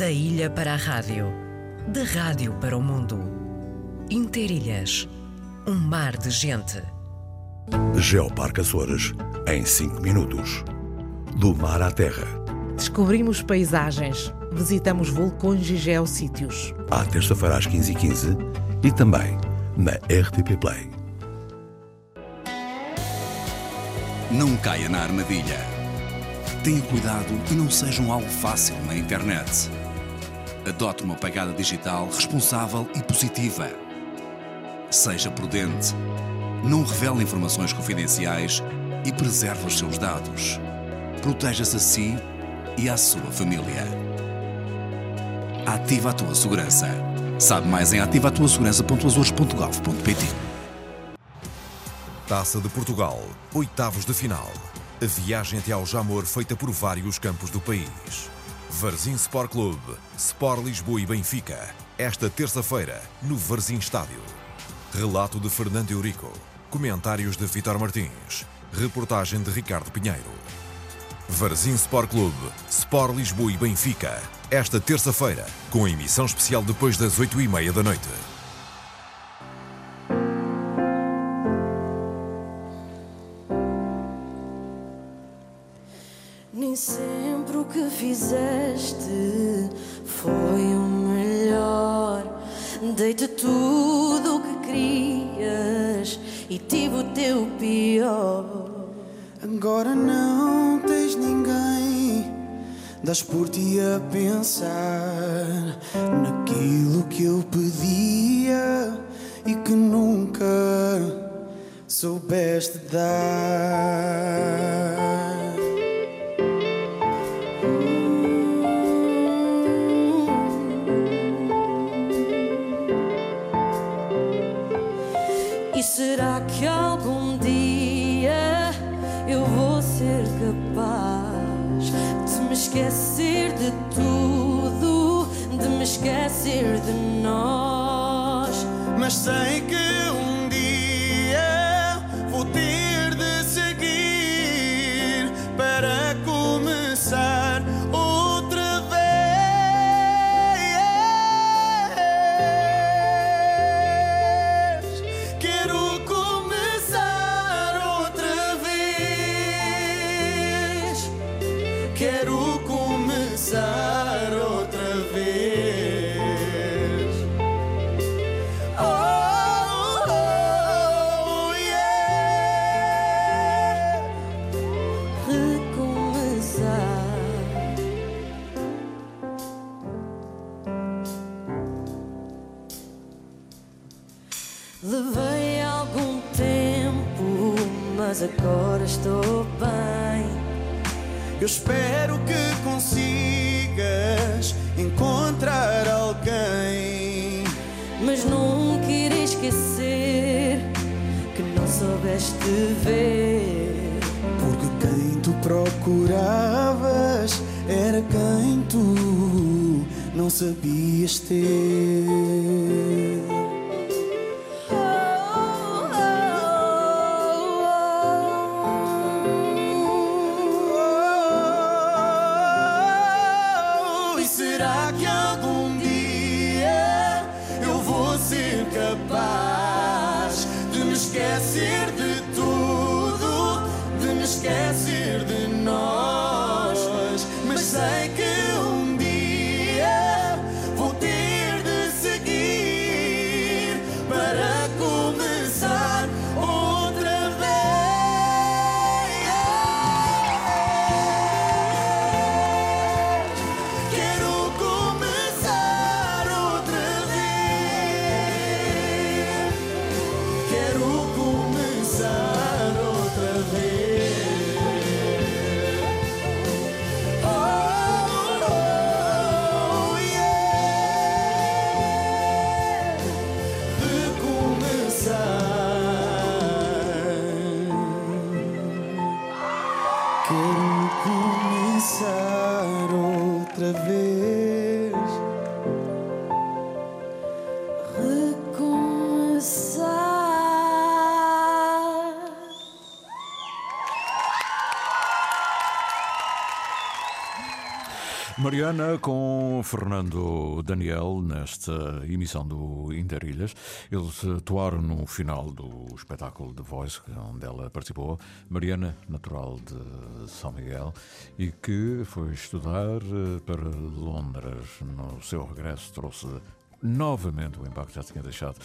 Da ilha para a rádio, da rádio para o mundo. Interilhas, um mar de gente. Geoparque Açores, em 5 minutos. Do mar à terra. Descobrimos paisagens, visitamos vulcões e geossítios. À terça-feira às 15h15 e também na RTP Play. Não caia na armadilha. Tenha cuidado e não seja um alvo fácil na internet. Adote uma pegada digital responsável e positiva. Seja prudente. Não revele informações confidenciais e preserve os seus dados. Proteja-se a si e à sua família. Ativa a tua segurança. Sabe mais em ativatuasegurança.azores.gov.pt. Taça de Portugal, oitavos de final. A viagem até ao Jamor feita por vários campos do país. Varzim Sport Clube, Sport Lisboa e Benfica. Esta terça-feira, no Varzim Estádio. Relato de Fernando Eurico. Comentários de Vítor Martins. Reportagem de Ricardo Pinheiro. Varzim Sport Clube, Sport Lisboa e Benfica. Esta terça-feira, com a emissão especial depois das 8h30 da noite. Nem sempre o que fizeste foi o melhor. Dei-te tudo o que querias e tive o teu pior. Agora não tens ninguém, dás por ti a pensar naquilo que eu pedia e que nunca soubeste dar. E será que algum dia eu vou ser capaz de me esquecer de tudo, de me esquecer de nós? Mas sei que um dia vou ter de seguir para começar outra vez. Quero começar outra vez. Quero começar outra vez. Oh, oh, yeah. Recomeçar. Levei algum tempo, mas agora estou bem. Eu espero que consigas encontrar alguém. Mas nunca irei esquecer que não soubeste ver. Porque quem tu procuravas era quem tu não sabias ter. E será que algum dia eu vou ser capaz de me esquecer de tudo, de me esquecer de nós? Mas sei que um dia vou ter de seguir para começar outra vez. Quero começar outra vez. Quero começar outra vez. Mariana com Fernando Daniel nesta emissão do Interilhas. Eles atuaram no final do espetáculo The Voice, onde ela participou. Mariana, natural de São Miguel, e que foi estudar para Londres. No seu regresso trouxe novamente o impacto que já tinha deixado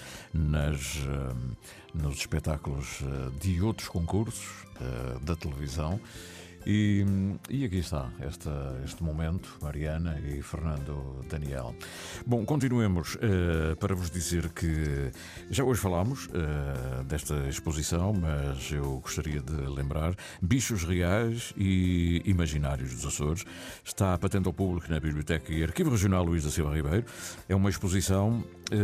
nos espetáculos de outros concursos da televisão. E aqui está este momento, Mariana e Fernando Daniel. Bom, continuemos para vos dizer que já hoje falámos desta exposição, mas eu gostaria de lembrar: Bichos Reais e Imaginários dos Açores. Está patente ao público na Biblioteca e Arquivo Regional Luís da Silva Ribeiro. É uma exposição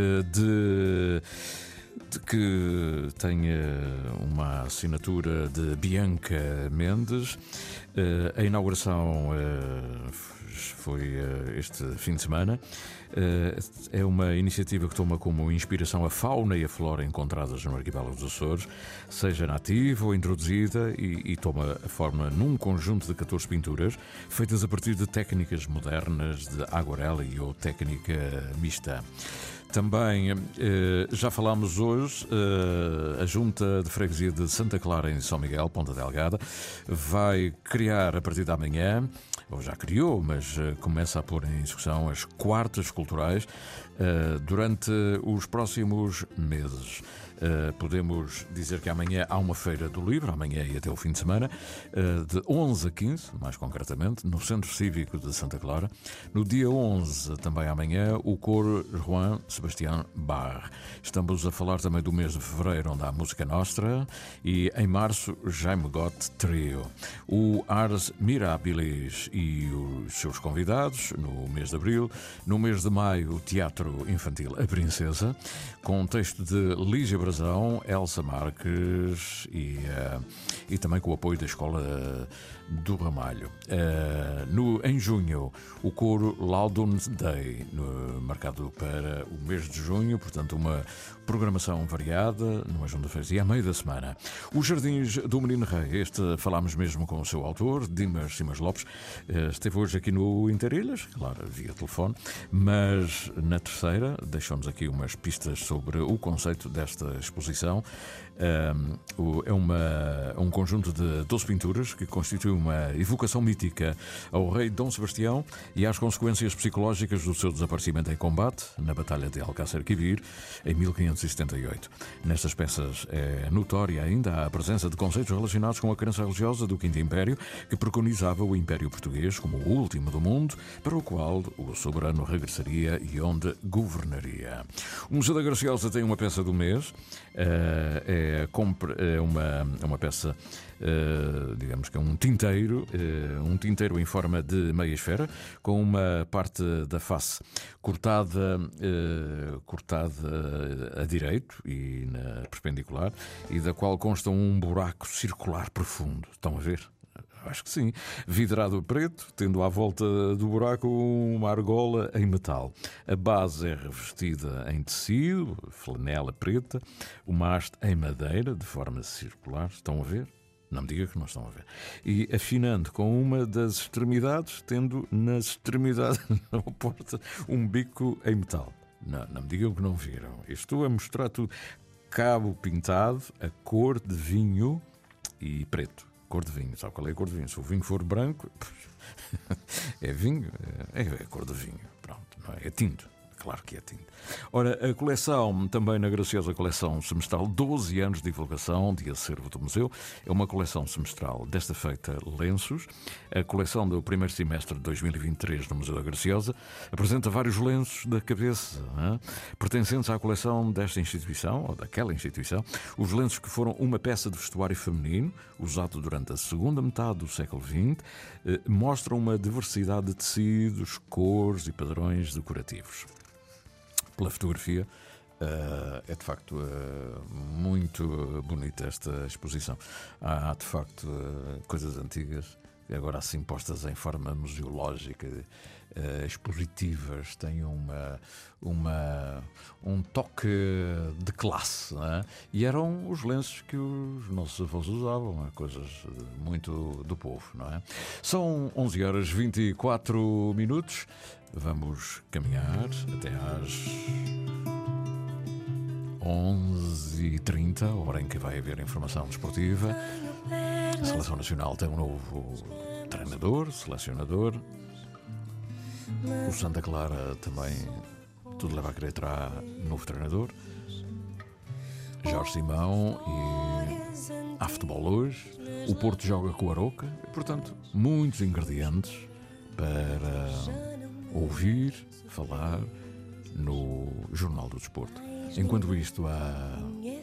que tem uma assinatura de Bianca Mendes. A inauguração foi este fim de semana. É uma iniciativa que toma como inspiração a fauna e a flora encontradas no arquipélago dos Açores, seja nativa ou introduzida, e toma a forma num conjunto de 14 pinturas feitas a partir de técnicas modernas de aguarela e ou técnica mista. Também já falámos hoje, a Junta de Freguesia de Santa Clara em São Miguel, Ponta Delgada, vai criar a partir de amanhã, ou já criou, mas começa a pôr em execução as quartas culturais durante os próximos meses. Podemos dizer que amanhã há uma feira do livro, amanhã e até o fim de semana, de 11 a 15, mais concretamente, no Centro Cívico de Santa Clara. No dia 11, também amanhã, o coro Juan Sebastián Bach. Estamos a falar também do mês de fevereiro, onde há Música Nostra, e em março, Jaime Gott Trio. O Ars Mirabilis e os seus convidados, no mês de abril. No mês de maio, o Teatro Infantil A Princesa, com texto de Lígia Brazão, Elsa Marques e também com o apoio da Escola do Ramalho. Em junho, o coro Laudum Dei, marcado para o mês de junho, portanto uma programação variada, numa junta-feira e a meio da semana. Os Jardins do Menino Rei, falámos mesmo com o seu autor, Dimas Simas Lopes, esteve hoje aqui no Interilhas, claro, via telefone, mas na terceira deixou-nos aqui umas pistas sobre o conceito desta exposição. É um conjunto de 12 pinturas que constitui uma evocação mítica ao rei Dom Sebastião e às consequências psicológicas do seu desaparecimento em combate na Batalha de Alcácer Quibir em 1578. Nestas peças é notória ainda a presença de conceitos relacionados com a crença religiosa do Quinto Império, que preconizava o Império Português como o último do mundo, para o qual o soberano regressaria e onde governaria. O Museu da Graciosa tem uma peça do mês. É uma peça, digamos que é um tinteiro em forma de meia esfera, com uma parte da face cortada a direito e na perpendicular, e da qual consta um buraco circular profundo. Estão a ver? Acho que sim. Vidrado a preto, tendo à volta do buraco uma argola em metal. A base é revestida em tecido, flanela preta, uma haste em madeira, de forma circular. Estão a ver? Não me diga que não estão a ver. E afinando com uma das extremidades, tendo nas extremidades oposta um bico em metal. Não me digam que não viram. Estou a mostrar tudo. Cabo pintado, a cor de vinho e preto. Cor de vinho, sabe qual é a cor de vinho? Se o vinho for branco, é vinho, é cor de vinho, pronto, não é tinto, claro que é tinto. Ora, a coleção, também na graciosa coleção semestral, 12 anos de divulgação de acervo do museu, é uma coleção semestral desta feita lenços. A coleção do primeiro semestre de 2023 no Museu da Graciosa apresenta vários lenços da cabeça, pertencentes à coleção desta instituição, ou daquela instituição. Os lenços que foram uma peça de vestuário feminino, usado durante a segunda metade do século XX, mostram uma diversidade de tecidos, cores e padrões decorativos. Pela fotografia, é de facto muito bonita esta exposição. Há de facto coisas antigas agora assim postas em forma museológica, expositivas, têm um toque de classe, não é? E eram os lenços que os nossos avós usavam, coisas muito do povo, não é? São 11h24. Vamos caminhar até às 11h30, hora em que vai haver informação desportiva. A Seleção Nacional tem um novo treinador, selecionador. O Santa Clara também, tudo leva a crer, terá novo treinador. Jorge Simão, e há futebol hoje. O Porto joga com o Arouca. E, portanto, muitos ingredientes para ouvir, falar no Jornal do Desporto. Enquanto isto, há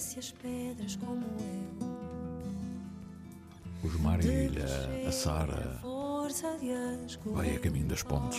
o Gilmar Ilha, a Sara vai a caminho das pontes.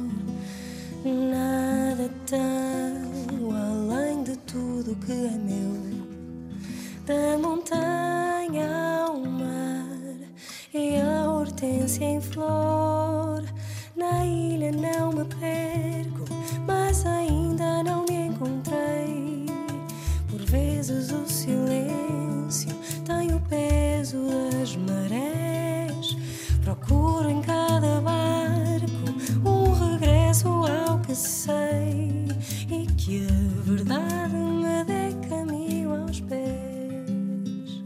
Nada tão além de tudo que é meu, da montanha ao mar e a hortência em flor. Na ilha não me perco, mas ainda não me encontrei. Por vezes o silêncio tem o peso das marés. Procuro em cada barco um regresso ao que sei, e que a verdade me dê caminho aos pés.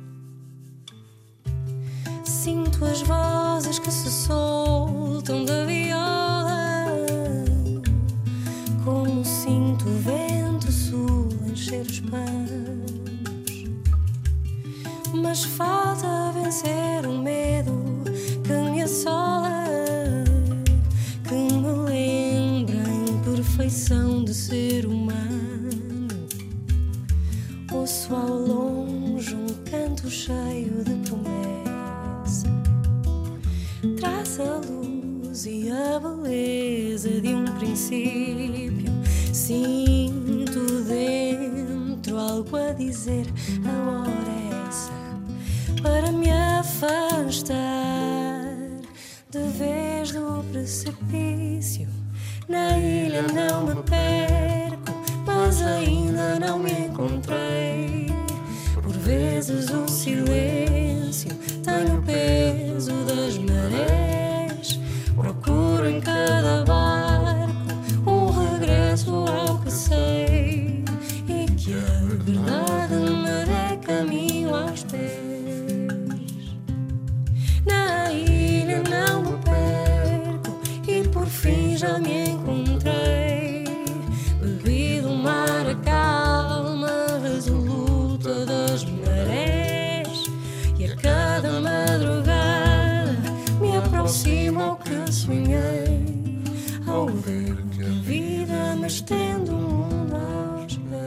Sinto as vozes que se soltam da viola, como sinto o vento sul encher os pães. Mas falta vencer o medo que me assola, que me lembra a imperfeição de ser humano. Ouço ao longe um canto cheio de promessa, traz a luz e a beleza de um princípio. Sinto dentro algo a dizer, a hora é essa, para me afastar de vez do precipício. Na ilha não me perco, mas ainda não me encontrei. Por vezes o silêncio tem o peso das marés. Procuro em cada barco um regresso ao que sei, e que a verdade me dê caminho aos pés. Na ilha não me perco e por fim já me encontrei. Bebi do mar a calma resoluta das marés, e a cada madrugada me aproximo ao que sonhei, ao ver que a vida me estende o mundo aos pés.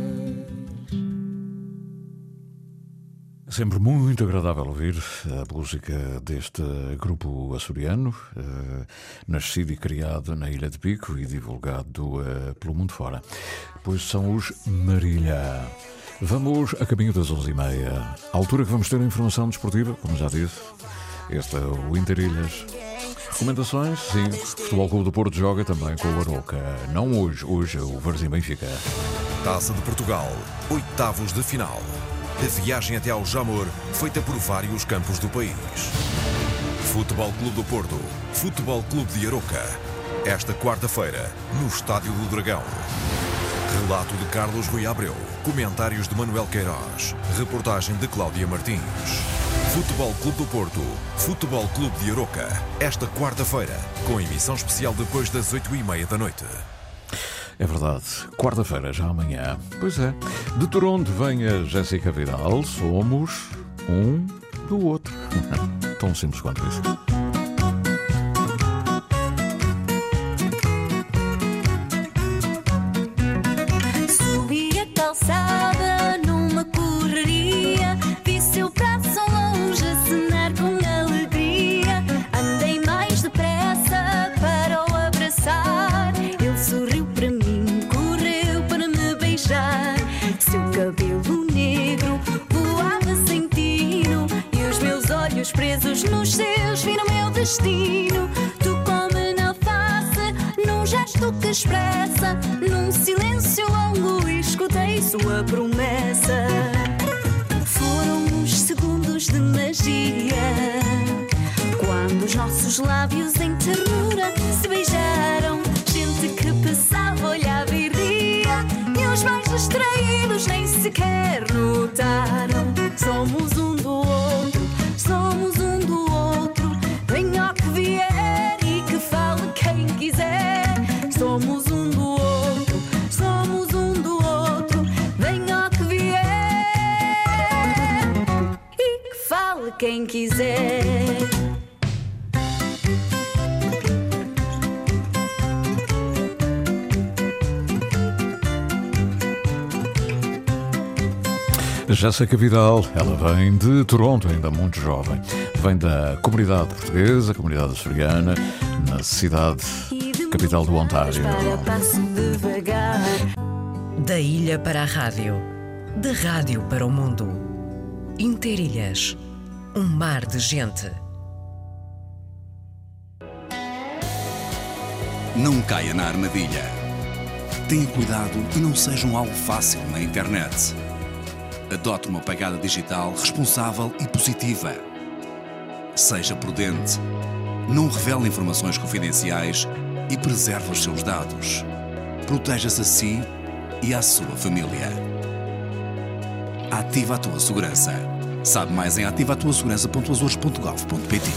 Sempre muito agradável ouvir a música deste grupo açoriano, nascido e criado na Ilha de Pico e divulgado pelo mundo fora. Pois são os Marília. Vamos a caminho das 11h30, à altura que vamos ter a informação desportiva, como já disse. Este é o Interilhas. Recomendações? Sim. Futebol Clube do Porto joga também com o Arouca. Não hoje, hoje é o Varzim Benfica. Taça de Portugal, oitavos de final. A viagem até ao Jamor, feita por vários campos do país. Futebol Clube do Porto, Futebol Clube de Arouca. Esta quarta-feira, no Estádio do Dragão. Relato de Carlos Rui Abreu. Comentários de Manuel Queiroz. Reportagem de Cláudia Martins. Futebol Clube do Porto, Futebol Clube de Arouca. Esta quarta-feira, com emissão especial depois das 8h30 da noite. É verdade, quarta-feira, já amanhã. Pois é, de Toronto vem a Jéssica Vidal. Somos um do outro. Tão simples quanto isso. Subi a calçada numa correria, vi seu braço ao longe acenar com alegria. Andei mais depressa para o abraçar. Ele sorriu para mim, correu para me beijar. Seu cabelo negro voava sem tino, e os meus olhos presos nos seus viram meu destino. Tocou-me na face, num gesto que expressa, num silêncio longo escutei sua promessa. Foram os segundos de magia, quando os nossos lábios em ternura se beijaram. Gente que passava, olhava e ria, e os mais distraídos nem sequer notaram. Somos um do outro, somos um do outro. Venha o que vier e que fale quem quiser. Somos um do outro, somos um do outro. Venha o que vier e que fale quem quiser. Jéssica Vidal, ela vem de Toronto, ainda muito jovem. Vem da comunidade portuguesa, comunidade açoriana, na cidade capital do Ontário. Da ilha para a rádio, da rádio para o mundo. Interilhas, um mar de gente. Não caia na armadilha. Tenha cuidado e não seja um alvo fácil na internet. Adote uma pegada digital responsável e positiva. Seja prudente. Não revele informações confidenciais e preserve os seus dados. Proteja-se a si e à sua família. Ativa a tua segurança. Sabe mais em ativatuasegurança.azores.gov.pt.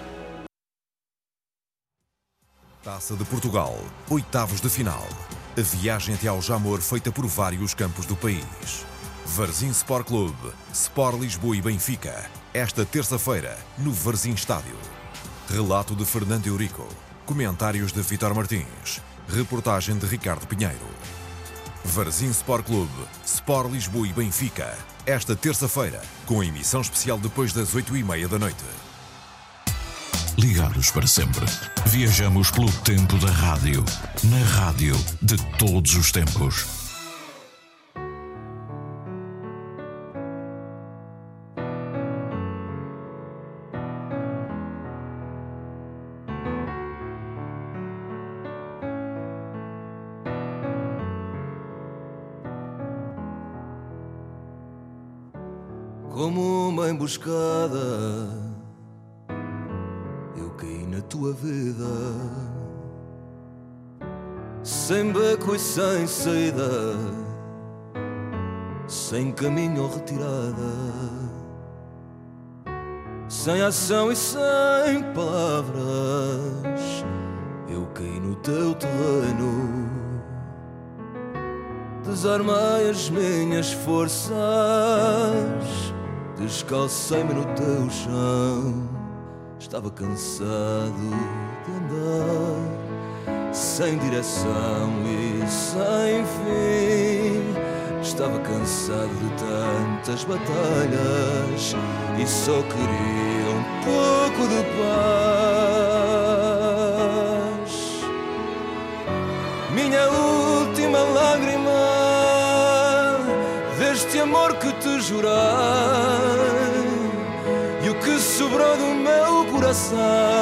Taça de Portugal, oitavos de final. A viagem até ao Jamor feita por vários campos do país. Varzim Sport Clube, Sport Lisboa e Benfica. Esta terça-feira, no Varzim Estádio. Relato de Fernando Eurico. Comentários de Vítor Martins. Reportagem de Ricardo Pinheiro. Varzim Sport Clube, Sport Lisboa e Benfica. Esta terça-feira, com emissão especial depois das 8h30 da noite. Ligados para sempre. Viajamos pelo tempo da rádio. Na rádio de todos os tempos. Como uma emboscada, eu caí na tua vida, sem beco e sem saída, sem caminho ou retirada, sem ação e sem palavras. Eu caí no teu terreno, desarmei as minhas forças, descalcei-me no teu chão. Estava cansado de andar sem direção e sem fim. Estava cansado de tantas batalhas e só queria um pouco de paz. Minha última lágrima deste amor que te jurei, e o que sobrou do meu coração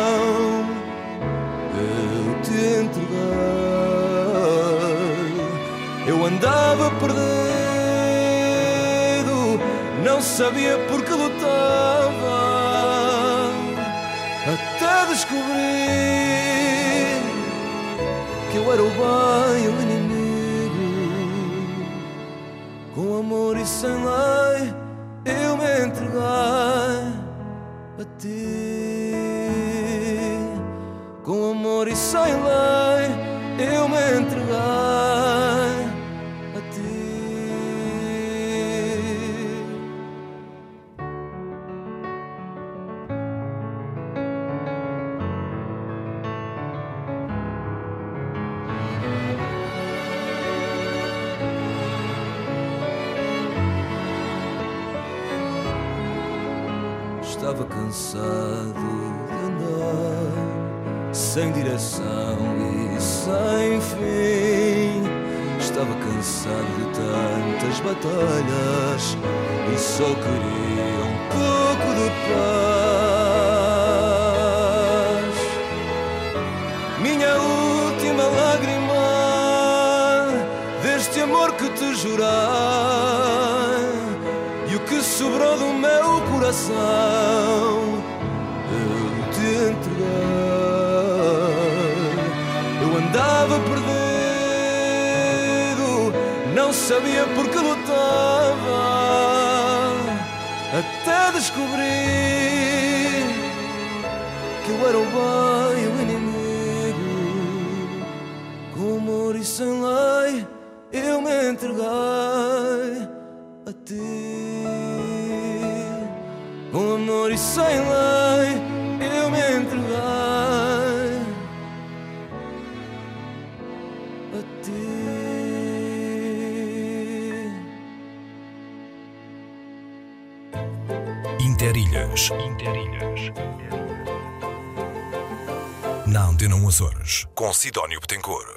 eu te entreguei. Eu andava perdido, não sabia por que lutava, até descobrir que eu era o bem e o inimigo. Com amor e sem lei eu me entreguei a ti. Com amor e sem lei eu me entreguei a ti. Estava cansado de andar sem direção e sem fim. Estava cansado de tantas batalhas e só queria um pouco de este amor que te jurei e o que sobrou do meu coração eu te entreguei. Eu andava perdido, não sabia por que lutava, até descobri que eu era o bem e o inimigo. Com amor e sem lei eu me entreguei a ti. Com amor e sem lei eu me entreguei a ti. Interilhas. Na Antena 1 Açores, com Sidónio Betancourt.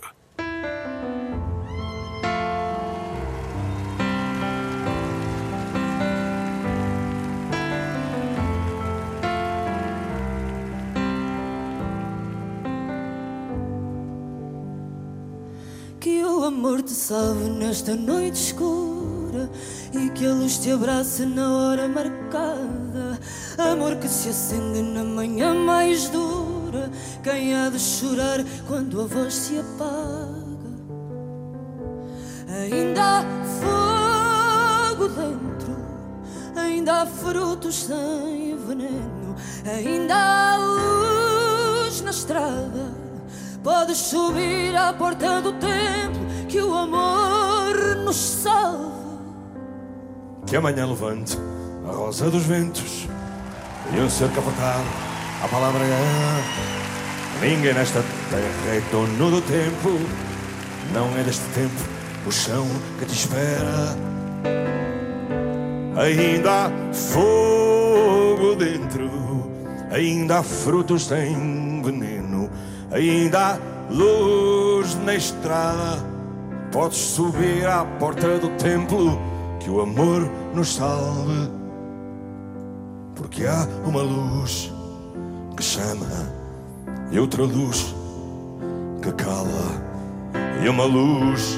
Que o amor te salve nesta noite escura e que a luz te abrace na hora marcada. Amor que se acende na manhã mais dura. Quem há de chorar quando a voz se apaga? Ainda há fogo dentro, ainda há frutos sem veneno, ainda há luz na estrada. Podes subir à porta do templo, que o amor nos salve. Que amanhã levante a rosa dos ventos e um cerco apertado à palavra guerra. Ninguém nesta terra é dono do tempo, não é deste tempo o chão que te espera. Ainda há fogo dentro, ainda há frutos sem veneno, ainda há luz na estrada. Podes subir à porta do templo, que o amor nos salve. Porque há uma luz que chama e outra luz que cala, e uma luz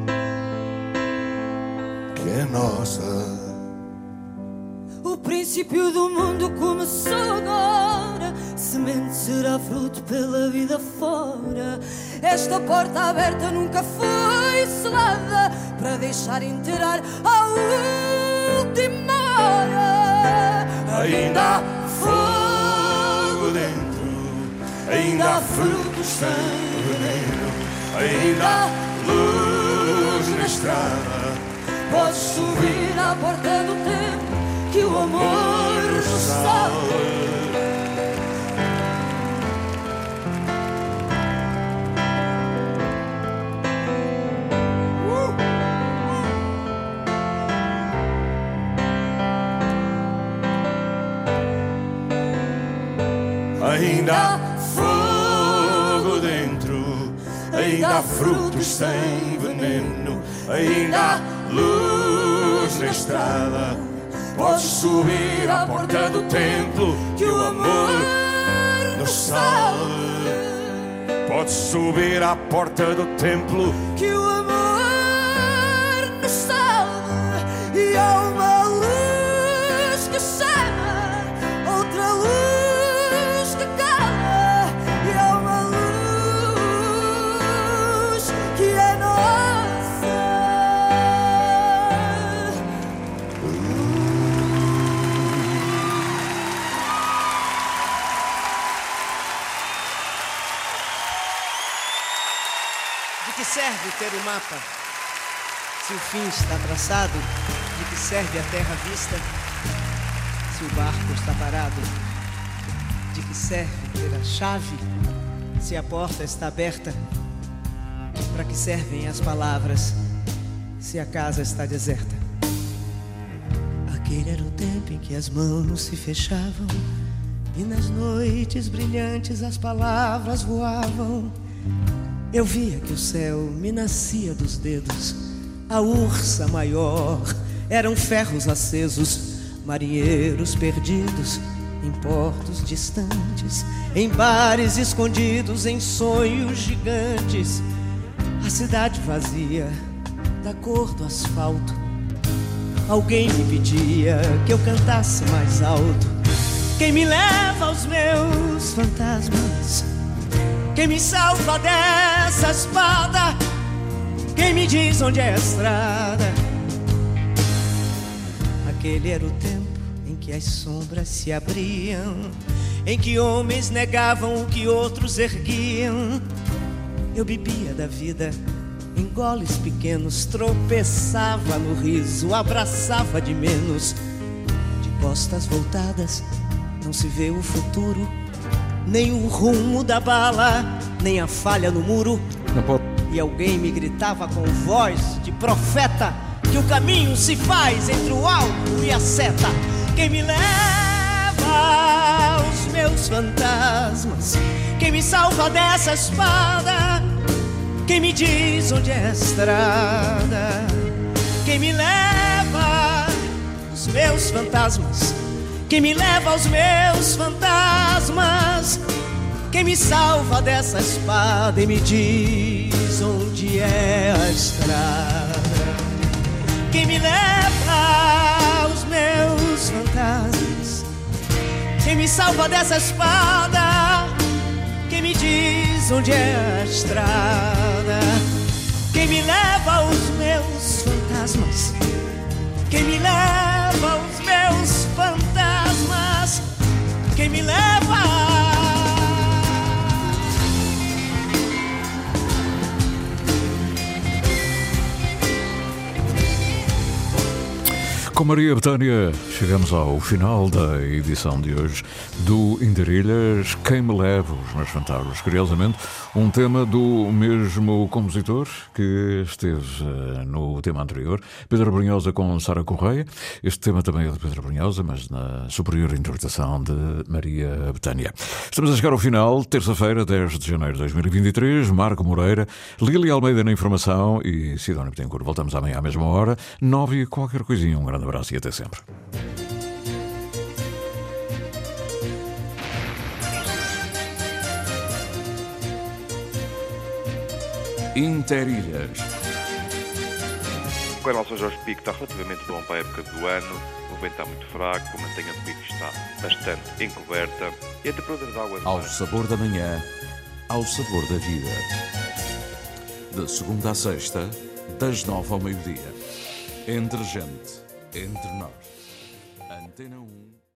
que é nossa. O princípio do mundo começou agora, semente será fruto pela vida fora. Esta porta aberta nunca foi selada, para deixar entrar a última hora. Ainda há fogo dentro, ainda há frutos sem veneno, ainda há luz na estrada. Podes subir à porta do tempo, que o amor nos salve. Ainda há fogo dentro, ainda há frutos sem veneno, ainda há luz na estrada. Podes subir à porta do templo, que o amor nos salve. Podes subir à porta do templo, que o amor nos salve. E há uma luz que chama, outra luz que cala, e há uma luz que é nossa. De que serve ter o mapa se o fim está traçado? De que serve a terra vista se o barco está parado? De que serve ter a chave se a porta está aberta? Para que servem as palavras se a casa está deserta? Aquele era o tempo em que as mãos se fechavam e nas noites brilhantes as palavras voavam. Eu via que o céu me nascia dos dedos, a ursa maior eram ferros acesos, marinheiros perdidos em portos distantes, em bares escondidos, em sonhos gigantes. A cidade vazia da cor do asfalto. Alguém me pedia que eu cantasse mais alto. Quem me leva aos meus fantasmas? Quem me salva dessa espada? Quem me diz onde é a estrada? Aquele era o tempo em que as sombras se abriam, em que homens negavam o que outros erguiam. Eu bebia da vida em goles pequenos, tropeçava no riso, abraçava de menos. De costas voltadas não se vê o futuro, nem o rumo da bala, nem a falha no muro. E alguém me gritava com voz de profeta que o caminho se faz entre o alvo e a seta. Quem me leva aos meus fantasmas? Quem me salva dessa espada? Quem me diz onde é a estrada? Quem me leva aos meus fantasmas? Quem me leva aos meus fantasmas? Quem me salva dessa espada e me diz onde é a estrada? Quem me leva aos meus fantasmas? Quem me salva dessa espada? Quem me diz onde é a estrada? Quem me leva aos meus fantasmas? Quem me leva aos meus fantasmas? Quem me leva? Com Maria Betânia, chegamos ao final da edição de hoje do Interilhas. Quem me leva os meus fantasmas? Curiosamente, um tema do mesmo compositor que esteve no tema anterior, Pedro Brunhosa com Sara Correia. Este tema também é de Pedro Brunhosa, mas na superior interpretação de Maria Betânia. Estamos a chegar ao final, terça-feira, 10 de janeiro de 2023. Marco Moreira, Lília Almeida na informação e Sidónio Betancourt. Voltamos amanhã à mesma hora, 9 e qualquer coisinha. Um grande abraço e até sempre. Interilhas. Com relação ao Jorge Pico, está relativamente bom para a época do ano. O vento está muito fraco, a mantenha de Pico está bastante encoberta e a temperatura das águas... Ao sabor da manhã, ao sabor da vida. De segunda à sexta, das 9 ao meio-dia. Entre gente, entre nós. Antena 1.